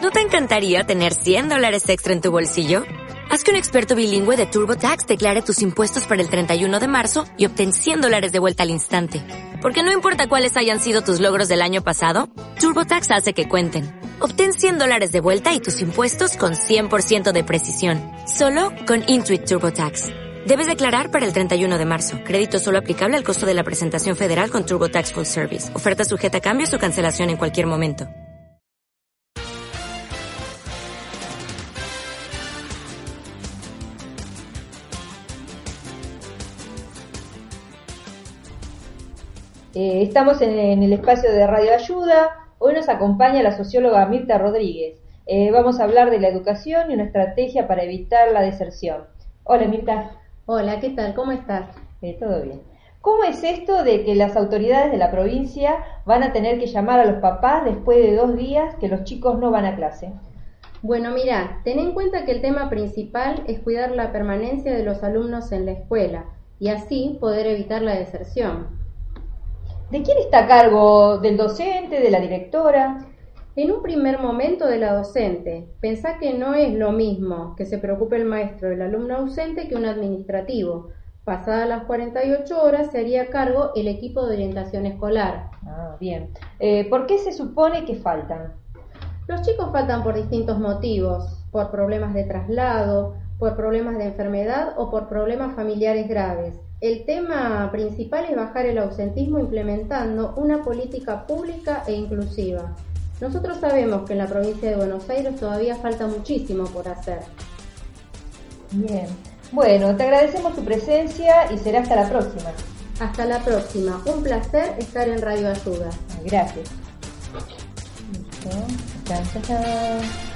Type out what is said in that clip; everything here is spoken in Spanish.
¿No te encantaría tener $100 extra en tu bolsillo? Haz que un experto bilingüe de TurboTax declare tus impuestos para el 31 de marzo y obtén $100 de vuelta al instante. Porque no importa cuáles hayan sido tus logros del año pasado, TurboTax hace que cuenten. Obtén $100 de vuelta y tus impuestos con 100% de precisión. Solo con Intuit TurboTax. Debes declarar para el 31 de marzo. Crédito solo aplicable al costo de la presentación federal con TurboTax Full Service. Oferta sujeta a cambios o cancelación en cualquier momento. Estamos en el espacio de Radio Ayuda. Hoy nos acompaña la socióloga Mirta Rodríguez. Vamos a hablar de la educación y una estrategia para evitar la deserción. Hola Mirta. Hola, ¿qué tal? ¿Cómo estás? Todo bien. ¿Cómo es esto de que las autoridades de la provincia van a tener que llamar a los papás después de 2 días que los chicos no van a clase? Bueno, mirá, ten en cuenta que el tema principal es cuidar la permanencia de los alumnos en la escuela y así poder evitar la deserción. ¿De quién está a cargo? ¿Del docente, de la directora? En un primer momento de la docente. Pensá que no es lo mismo que se preocupe el maestro del alumno ausente que un administrativo. Pasadas las 48 horas se haría cargo el equipo de orientación escolar. Ah, bien. ¿Por qué se supone que faltan? Los chicos faltan por distintos motivos, por problemas de traslado, por problemas de enfermedad o por problemas familiares graves. El tema principal es bajar el ausentismo implementando una política pública e inclusiva. Nosotros sabemos que en la provincia de Buenos Aires todavía falta muchísimo por hacer. Bien. Bueno, te agradecemos tu presencia y será hasta la próxima. Hasta la próxima. Un placer estar en Radio Ayuda. Gracias. Listo. Chao, chao, chao.